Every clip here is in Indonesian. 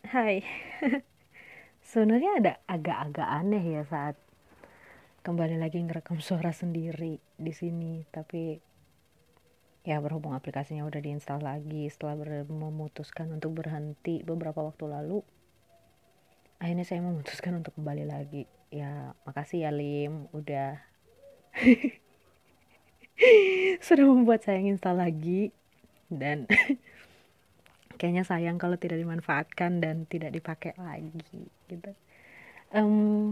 Hai, sebenarnya ada agak-agak aneh ya saat kembali lagi ngerekam suara sendiri di sini. Tapi ya berhubung aplikasinya udah diinstal lagi setelah memutuskan untuk berhenti beberapa waktu lalu, akhirnya saya memutuskan untuk kembali lagi. Ya makasih ya Lim, udah sudah membuat saya install lagi dan kayaknya sayang kalau tidak dimanfaatkan dan tidak dipakai lagi gitu. Um,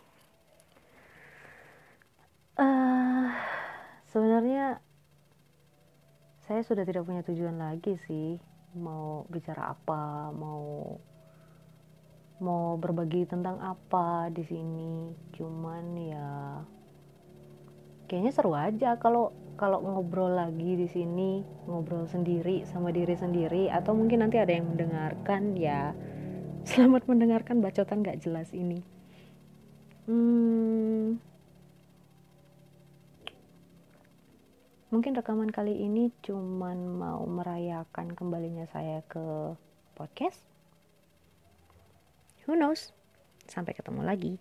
uh, Sebenarnya saya sudah tidak punya tujuan lagi sih, mau bicara apa, mau berbagi tentang apa di sini. Cuman ya kayaknya seru aja kalau kalau ngobrol lagi di sini, ngobrol sendiri sama diri sendiri, atau mungkin nanti ada yang mendengarkan ya. Selamat mendengarkan bacotan gak jelas ini. hmm, Mungkin rekaman kali ini cuman mau merayakan kembalinya saya ke podcast. Who knows? Sampai ketemu lagi.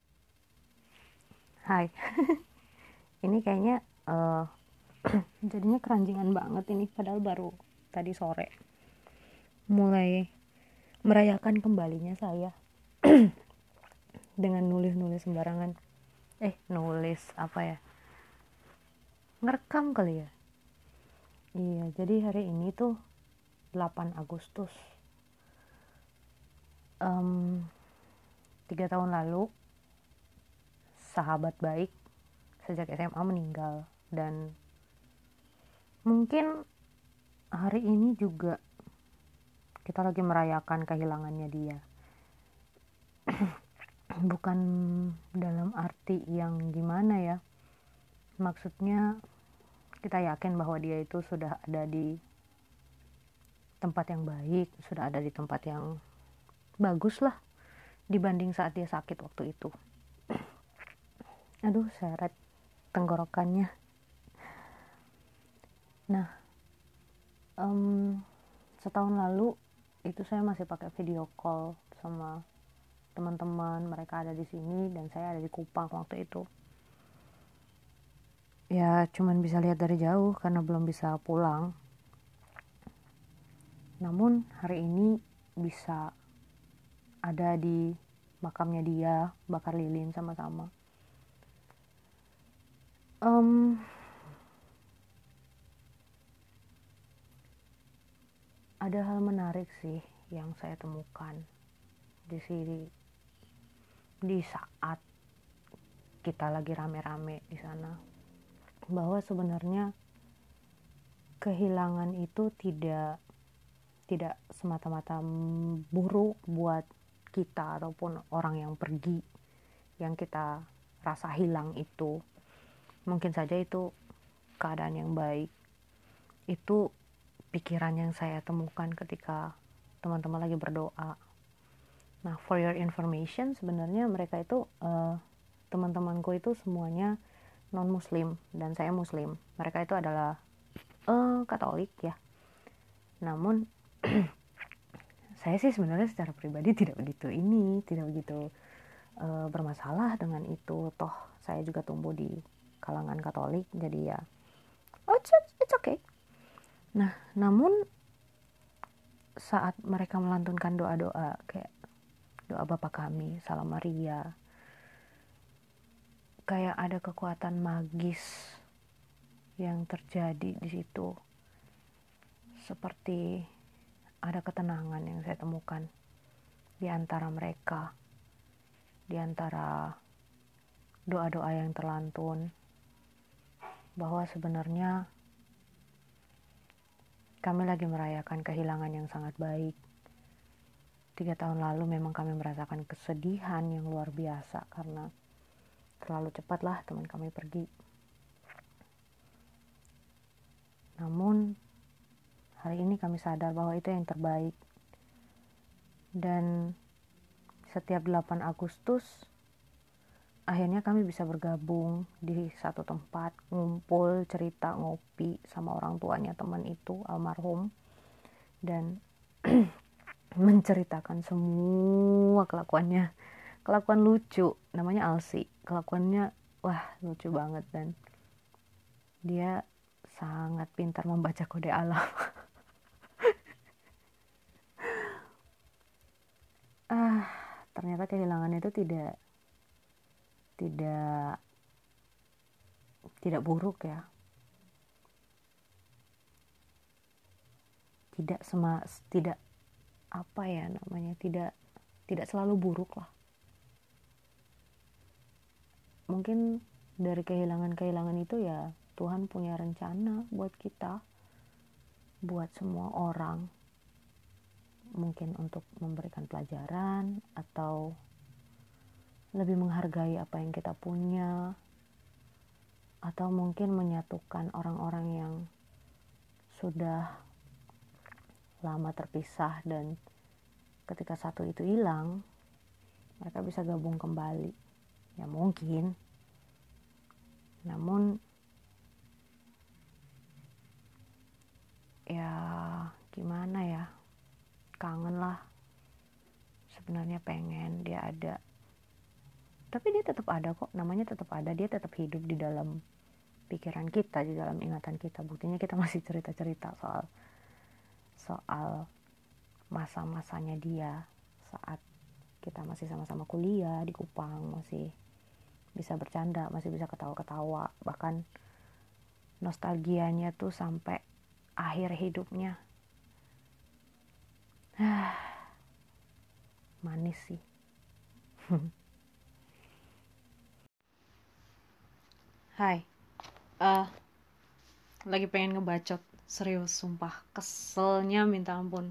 Hai, ini kayaknya jadinya keranjingan banget ini, padahal baru tadi sore mulai merayakan kembalinya saya dengan nulis-nulis sembarangan. Nulis apa ya? Ngerekam kali ya? Iya, jadi hari ini tuh 8 Agustus. 3 tahun lalu, sahabat baik sejak SMA meninggal. Dan mungkin hari ini juga kita lagi merayakan kehilangannya dia. Bukan dalam arti yang gimana ya, maksudnya kita yakin bahwa dia itu sudah ada di tempat yang baik, sudah ada di tempat yang bagus lah dibanding saat dia sakit waktu itu. Aduh, seret tenggorokannya. Nah, setahun lalu itu saya masih pakai video call sama teman-teman, mereka ada di sini dan saya ada di Kupang waktu itu. Ya cuman bisa lihat dari jauh karena belum bisa pulang. Namun hari ini bisa ada di makamnya dia, bakar lilin sama-sama. Ada hal menarik sih yang saya temukan di sini di saat kita lagi rame-rame di sana, bahwa sebenarnya kehilangan itu tidak semata-mata buruk buat kita ataupun orang yang pergi, yang kita rasa hilang itu. Mungkin saja itu keadaan yang baik. Itu pikiran yang saya temukan ketika teman-teman lagi berdoa. Nah, for your information, sebenarnya mereka itu teman-temanku itu semuanya non muslim dan saya muslim. Mereka itu adalah Katolik ya. Namun saya sih sebenarnya secara pribadi tidak begitu bermasalah dengan itu. Toh saya juga tumbuh di kalangan Katolik, jadi ya it's okay. Nah, namun saat mereka melantunkan doa-doa kayak doa Bapa Kami, Salam Maria, kayak ada kekuatan magis yang terjadi di situ. Seperti ada ketenangan yang saya temukan di antara mereka, di antara doa-doa yang terlantun, bahwa sebenarnya kami lagi merayakan kehilangan yang sangat baik. 3 tahun lalu memang kami merasakan kesedihan yang luar biasa karena terlalu cepatlah teman kami pergi. Namun hari ini kami sadar bahwa itu yang terbaik. Dan setiap 8 Agustus akhirnya kami bisa bergabung di satu tempat, ngumpul, cerita, ngopi sama orang tuanya teman itu almarhum. Dan menceritakan semua kelakuan lucu, namanya Alsi, kelakuannya wah lucu banget, dan dia sangat pintar membaca kode alam. Ternyata kehilangan itu tidak tidak buruk ya, tidak apa ya namanya, tidak selalu buruk lah. Mungkin dari kehilangan itu ya Tuhan punya rencana buat kita, buat semua orang, mungkin untuk memberikan pelajaran atau lebih menghargai apa yang kita punya, atau mungkin menyatukan orang-orang yang sudah lama terpisah, dan ketika satu itu hilang mereka bisa gabung kembali ya mungkin. Namun ya gimana ya, kangen lah sebenarnya, pengen dia ada, tapi dia tetap ada kok, namanya tetap ada, dia tetap hidup di dalam pikiran kita, di dalam ingatan kita. Buktinya kita masih cerita-cerita soal masa-masanya dia saat kita masih sama-sama kuliah di Kupang, masih bisa bercanda, masih bisa ketawa-ketawa, bahkan nostalgianya tuh sampai akhir hidupnya. Manis sih. Hai, lagi pengen ngebacot, serius sumpah, keselnya minta ampun.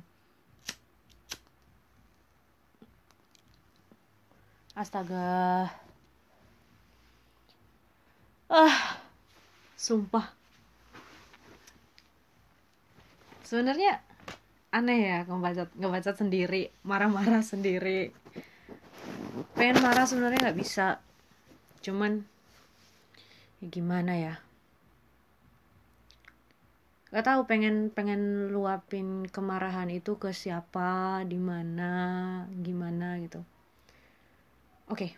Astaga, sumpah. Sebenarnya aneh ya ngebacot sendiri, marah-marah sendiri. Pengen marah sebenarnya nggak bisa, cuman ya gimana ya, nggak tahu, pengen luapin kemarahan itu ke siapa, di mana, gimana gitu. Oke.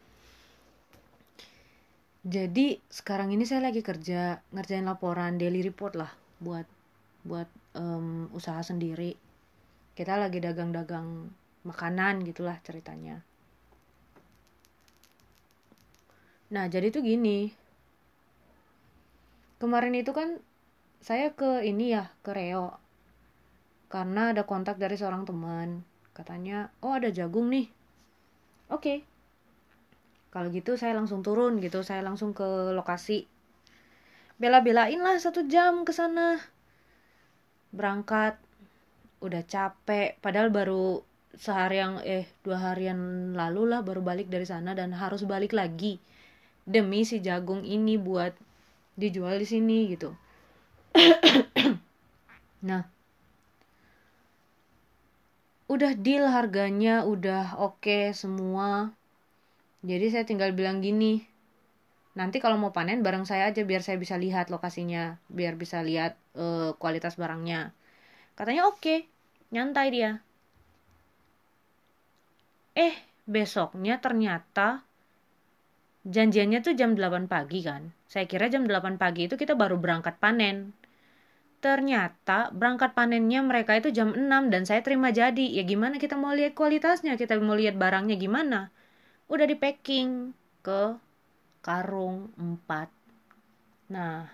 Jadi sekarang ini saya lagi kerja ngerjain laporan daily report lah buat usaha sendiri. Kita lagi dagang-dagang makanan gitulah ceritanya. Nah, jadi tuh gini. Kemarin itu kan saya ke Reo. Karena ada kontak dari seorang teman. Katanya, "Oh, ada jagung nih." Oke. Kalau gitu saya langsung turun gitu, saya langsung ke lokasi. Bela-belain lah 1 jam ke sana. Berangkat udah capek, padahal baru 2 harian lalu lah baru balik dari sana, dan harus balik lagi demi si jagung ini buat dijual di sini gitu. Nah, udah deal harganya, udah oke semua. Jadi saya tinggal bilang gini, nanti kalau mau panen bareng saya aja biar saya bisa lihat lokasinya, biar bisa lihat kualitas barangnya. Katanya oke, nyantai dia. Besoknya ternyata janjiannya tuh jam 8 pagi kan. Saya kira jam 8 pagi itu kita baru berangkat panen. Ternyata berangkat panennya mereka itu jam 6 dan saya terima jadi. Ya gimana kita mau lihat kualitasnya, kita mau lihat barangnya gimana. Udah di packing ke karung 4. Nah,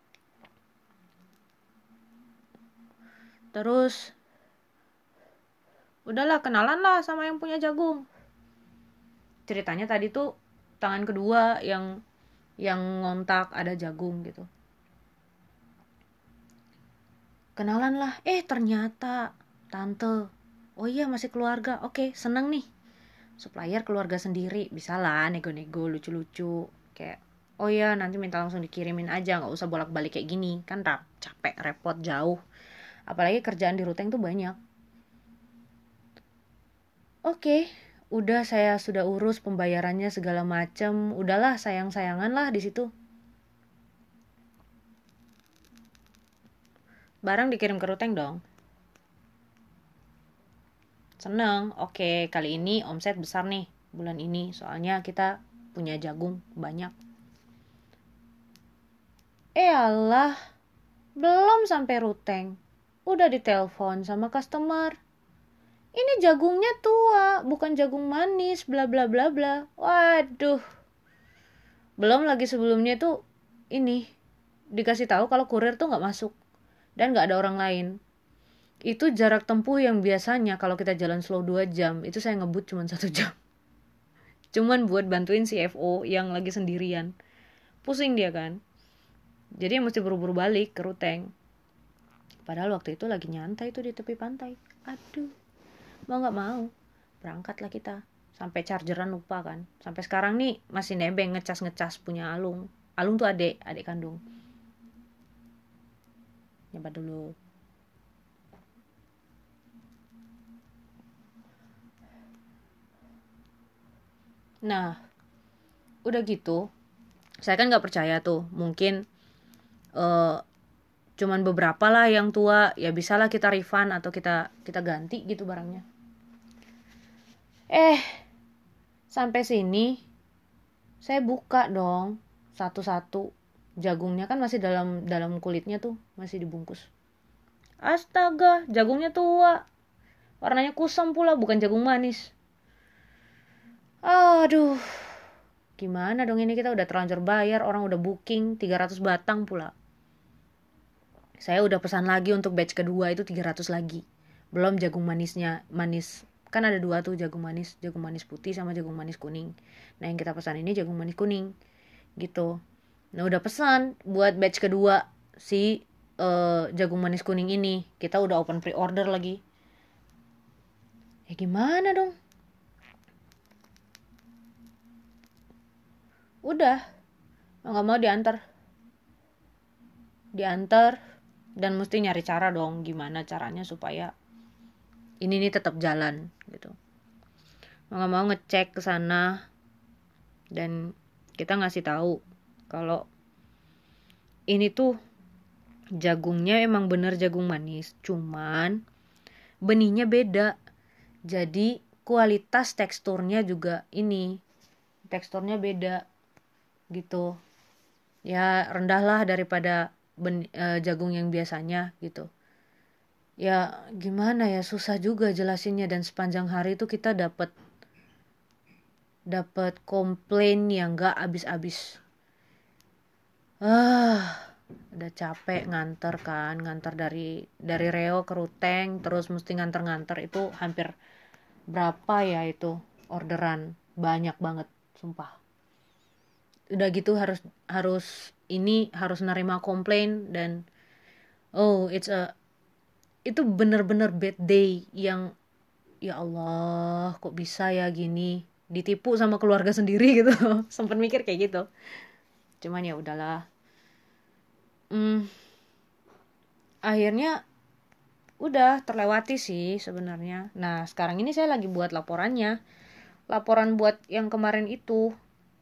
terus udahlah kenalan lah sama yang punya jagung. Ceritanya tadi tuh tangan kedua yang ngontak ada jagung gitu. Kenalan lah, ternyata tante, oh iya masih keluarga, oke seneng nih, supplier keluarga sendiri, bisa lah nego-nego lucu-lucu, kayak oh iya nanti minta langsung dikirimin aja, nggak usah bolak-balik kayak gini, kan capek repot jauh, apalagi kerjaan di Ruteng tuh banyak. Oke, udah saya sudah urus pembayarannya segala macem, udahlah sayang-sayangan lah di situ. Barang dikirim ke Ruteng dong. Seneng, oke, kali ini omset besar nih bulan ini, soalnya kita punya jagung banyak. Alah, belum sampai ruteng, udah ditelepon sama customer. Ini jagungnya tua, bukan jagung manis, bla bla bla bla. Waduh. Belum lagi sebelumnya tuh ini dikasih tahu kalau kurir tuh nggak masuk dan nggak ada orang lain. Itu jarak tempuh yang biasanya kalau kita jalan slow 2 jam, itu saya ngebut cuma 1 jam. Cuman buat bantuin CFO yang lagi sendirian. Pusing dia kan. Jadi mesti buru-buru balik ke Ruteng. Padahal waktu itu lagi nyantai tuh di tepi pantai. Aduh, mau nggak mau berangkatlah kita. Sampai chargeran lupa kan. Sampai sekarang nih masih nebeng ngecas punya Alung. Alung tuh adik kandung. Nyebat dulu. Nah, udah gitu, saya kan nggak percaya tuh, mungkin cuman beberapa lah yang tua, ya bisalah kita refund atau kita ganti gitu barangnya. Sampai sini saya buka dong satu-satu, jagungnya kan masih dalam kulitnya tuh, masih dibungkus. Astaga, jagungnya tua, warnanya kusam pula, bukan jagung manis. Aduh, gimana dong ini, kita udah terlanjur bayar, orang udah booking 300 batang pula. Saya udah pesan lagi untuk batch kedua itu 300 lagi. Belum jagung manisnya, manis. Kan ada 2 tuh, jagung manis putih sama jagung manis kuning. Nah, yang kita pesan ini jagung manis kuning. Gitu. Nah, udah pesan buat batch kedua si jagung manis kuning ini. Kita udah open pre-order lagi. Ya gimana dong? Udah, nggak mau diantar dan mesti nyari cara dong, gimana caranya supaya ini nih tetap jalan gitu. Nggak mau ngecek ke sana dan kita ngasih tahu kalau ini tuh jagungnya emang bener jagung manis, cuman benihnya beda, jadi kualitas teksturnya juga teksturnya beda gitu ya, rendah lah daripada jagung yang biasanya gitu. Ya gimana ya, susah juga jelasinnya, dan sepanjang hari itu kita dapat komplain yang gak habis-habis. Udah capek nganter dari Reo ke Ruteng, terus mesti nganter itu hampir berapa ya itu orderan, banyak banget sumpah. Udah gitu harus nerima komplain, dan itu bener-bener bad day yang ya Allah, kok bisa ya gini, ditipu sama keluarga sendiri gitu. Sempet mikir kayak gitu, cuman ya udahlah. Akhirnya udah terlewati sih sebenarnya. Nah, sekarang ini saya lagi buat laporan buat yang kemarin itu.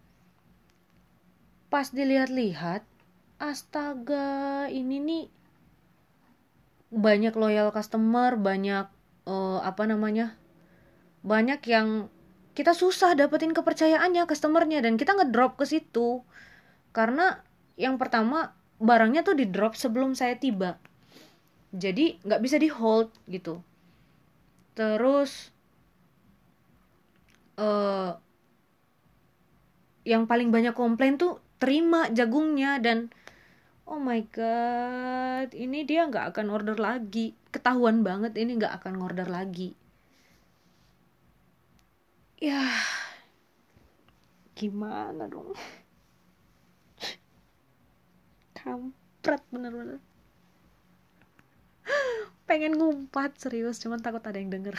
Pas dilihat-lihat, astaga, ini nih banyak loyal customer, banyak banyak yang kita susah dapetin kepercayaannya customernya, dan kita ngedrop ke situ karena yang pertama barangnya tuh di drop sebelum saya tiba, jadi nggak bisa di hold gitu. Terus yang paling banyak komplain tuh terima jagungnya, dan oh my god, ini dia nggak akan order lagi, ketahuan banget ini nggak akan order lagi. Ya gimana dong, kampret bener-bener. Pengen ngumpat serius, cuman takut ada yang denger.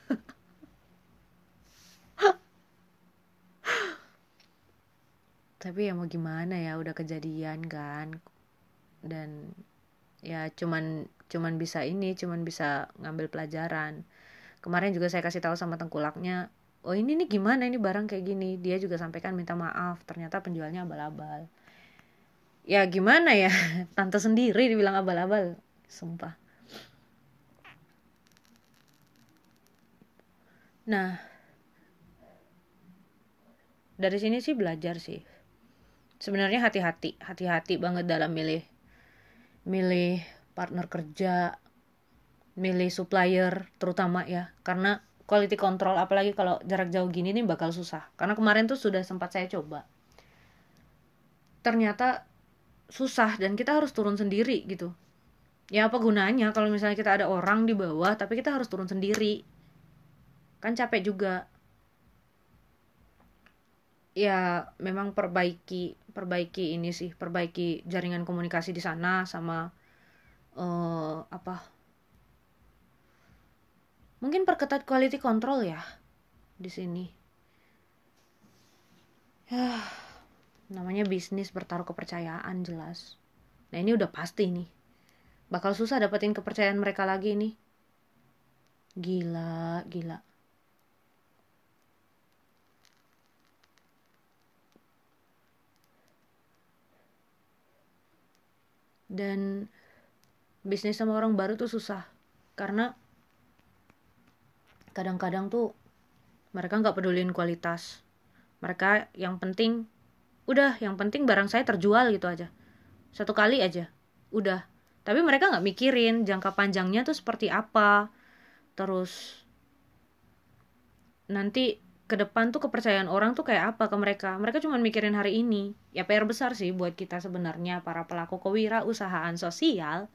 Tapi ya mau gimana ya, udah kejadian kan, dan ya cuman bisa ngambil pelajaran. Kemarin juga saya kasih tahu sama tengkulaknya, oh ini nih gimana, ini barang kayak gini. Dia juga sampaikan minta maaf, ternyata penjualnya abal-abal. Ya gimana ya, tante sendiri dibilang abal-abal, sumpah. Nah, dari sini sih belajar sih. Sebenarnya hati-hati banget dalam milih partner kerja, milih supplier terutama ya. Karena quality control apalagi kalau jarak jauh gini nih bakal susah. Karena kemarin tuh sudah sempat saya coba. Ternyata susah dan kita harus turun sendiri gitu. Ya apa gunanya kalau misalnya kita ada orang di bawah tapi kita harus turun sendiri. Kan capek juga. Ya memang perbaiki ini sih, perbaiki jaringan komunikasi di sana sama apa? Mungkin perketat quality control ya di sini. Ya, namanya bisnis bertaruh kepercayaan jelas. Nah, ini udah pasti nih. Bakal susah dapetin kepercayaan mereka lagi nih. Gila. Dan bisnis sama orang baru tuh susah. Karena kadang-kadang tuh mereka nggak pedulin kualitas. Mereka yang penting barang saya terjual gitu aja. Satu kali aja. Udah. Tapi mereka nggak mikirin jangka panjangnya tuh seperti apa. Terus nanti ke depan tuh kepercayaan orang tuh kayak apa ke mereka. Mereka cuma mikirin hari ini. Ya PR besar sih buat kita sebenarnya para pelaku kewirausahaan sosial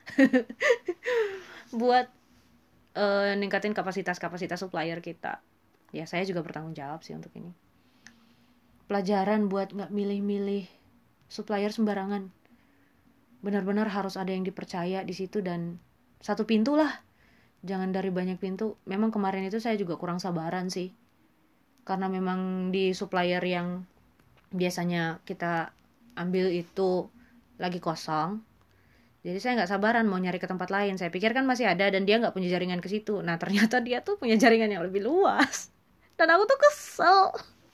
buat ningkatin kapasitas supplier kita. Ya saya juga bertanggung jawab sih untuk ini. Pelajaran buat nggak milih-milih supplier sembarangan. Benar-benar harus ada yang dipercaya di situ dan satu pintu lah. Jangan dari banyak pintu. Memang kemarin itu saya juga kurang sabaran sih. Karena memang di supplier yang biasanya kita ambil itu lagi kosong. Jadi saya nggak sabaran mau nyari ke tempat lain. Saya pikir kan masih ada dan dia nggak punya jaringan ke situ. Nah ternyata dia tuh punya jaringan yang lebih luas. Dan aku tuh kesel.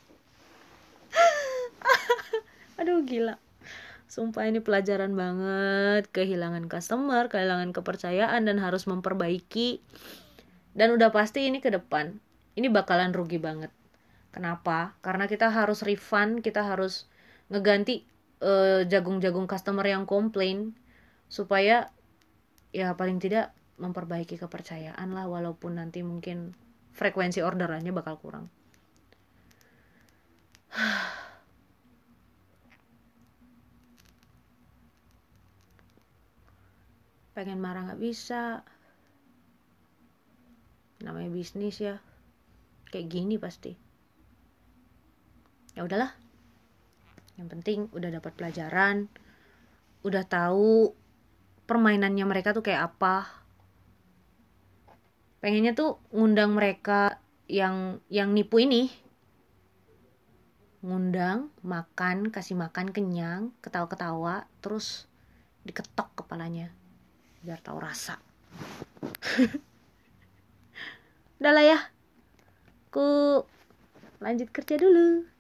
Aduh gila. Sumpah ini pelajaran banget. Kehilangan customer, kehilangan kepercayaan dan harus memperbaiki. Dan udah pasti ini ke depan. Ini bakalan rugi banget. Kenapa? Karena kita harus refund, kita harus ngeganti jagung-jagung customer yang komplain supaya ya paling tidak memperbaiki kepercayaan lah, walaupun nanti mungkin frekuensi orderannya bakal kurang. Pengen marah nggak bisa, namanya bisnis ya, kayak gini pasti. Ya udahlah, yang penting udah dapat pelajaran, udah tahu permainannya mereka tuh kayak apa. Pengennya tuh ngundang mereka yang nipu ini, ngundang, makan, kasih makan kenyang, ketawa-ketawa, terus diketok kepalanya biar tahu rasa. Udah lah ya, aku lanjut kerja dulu.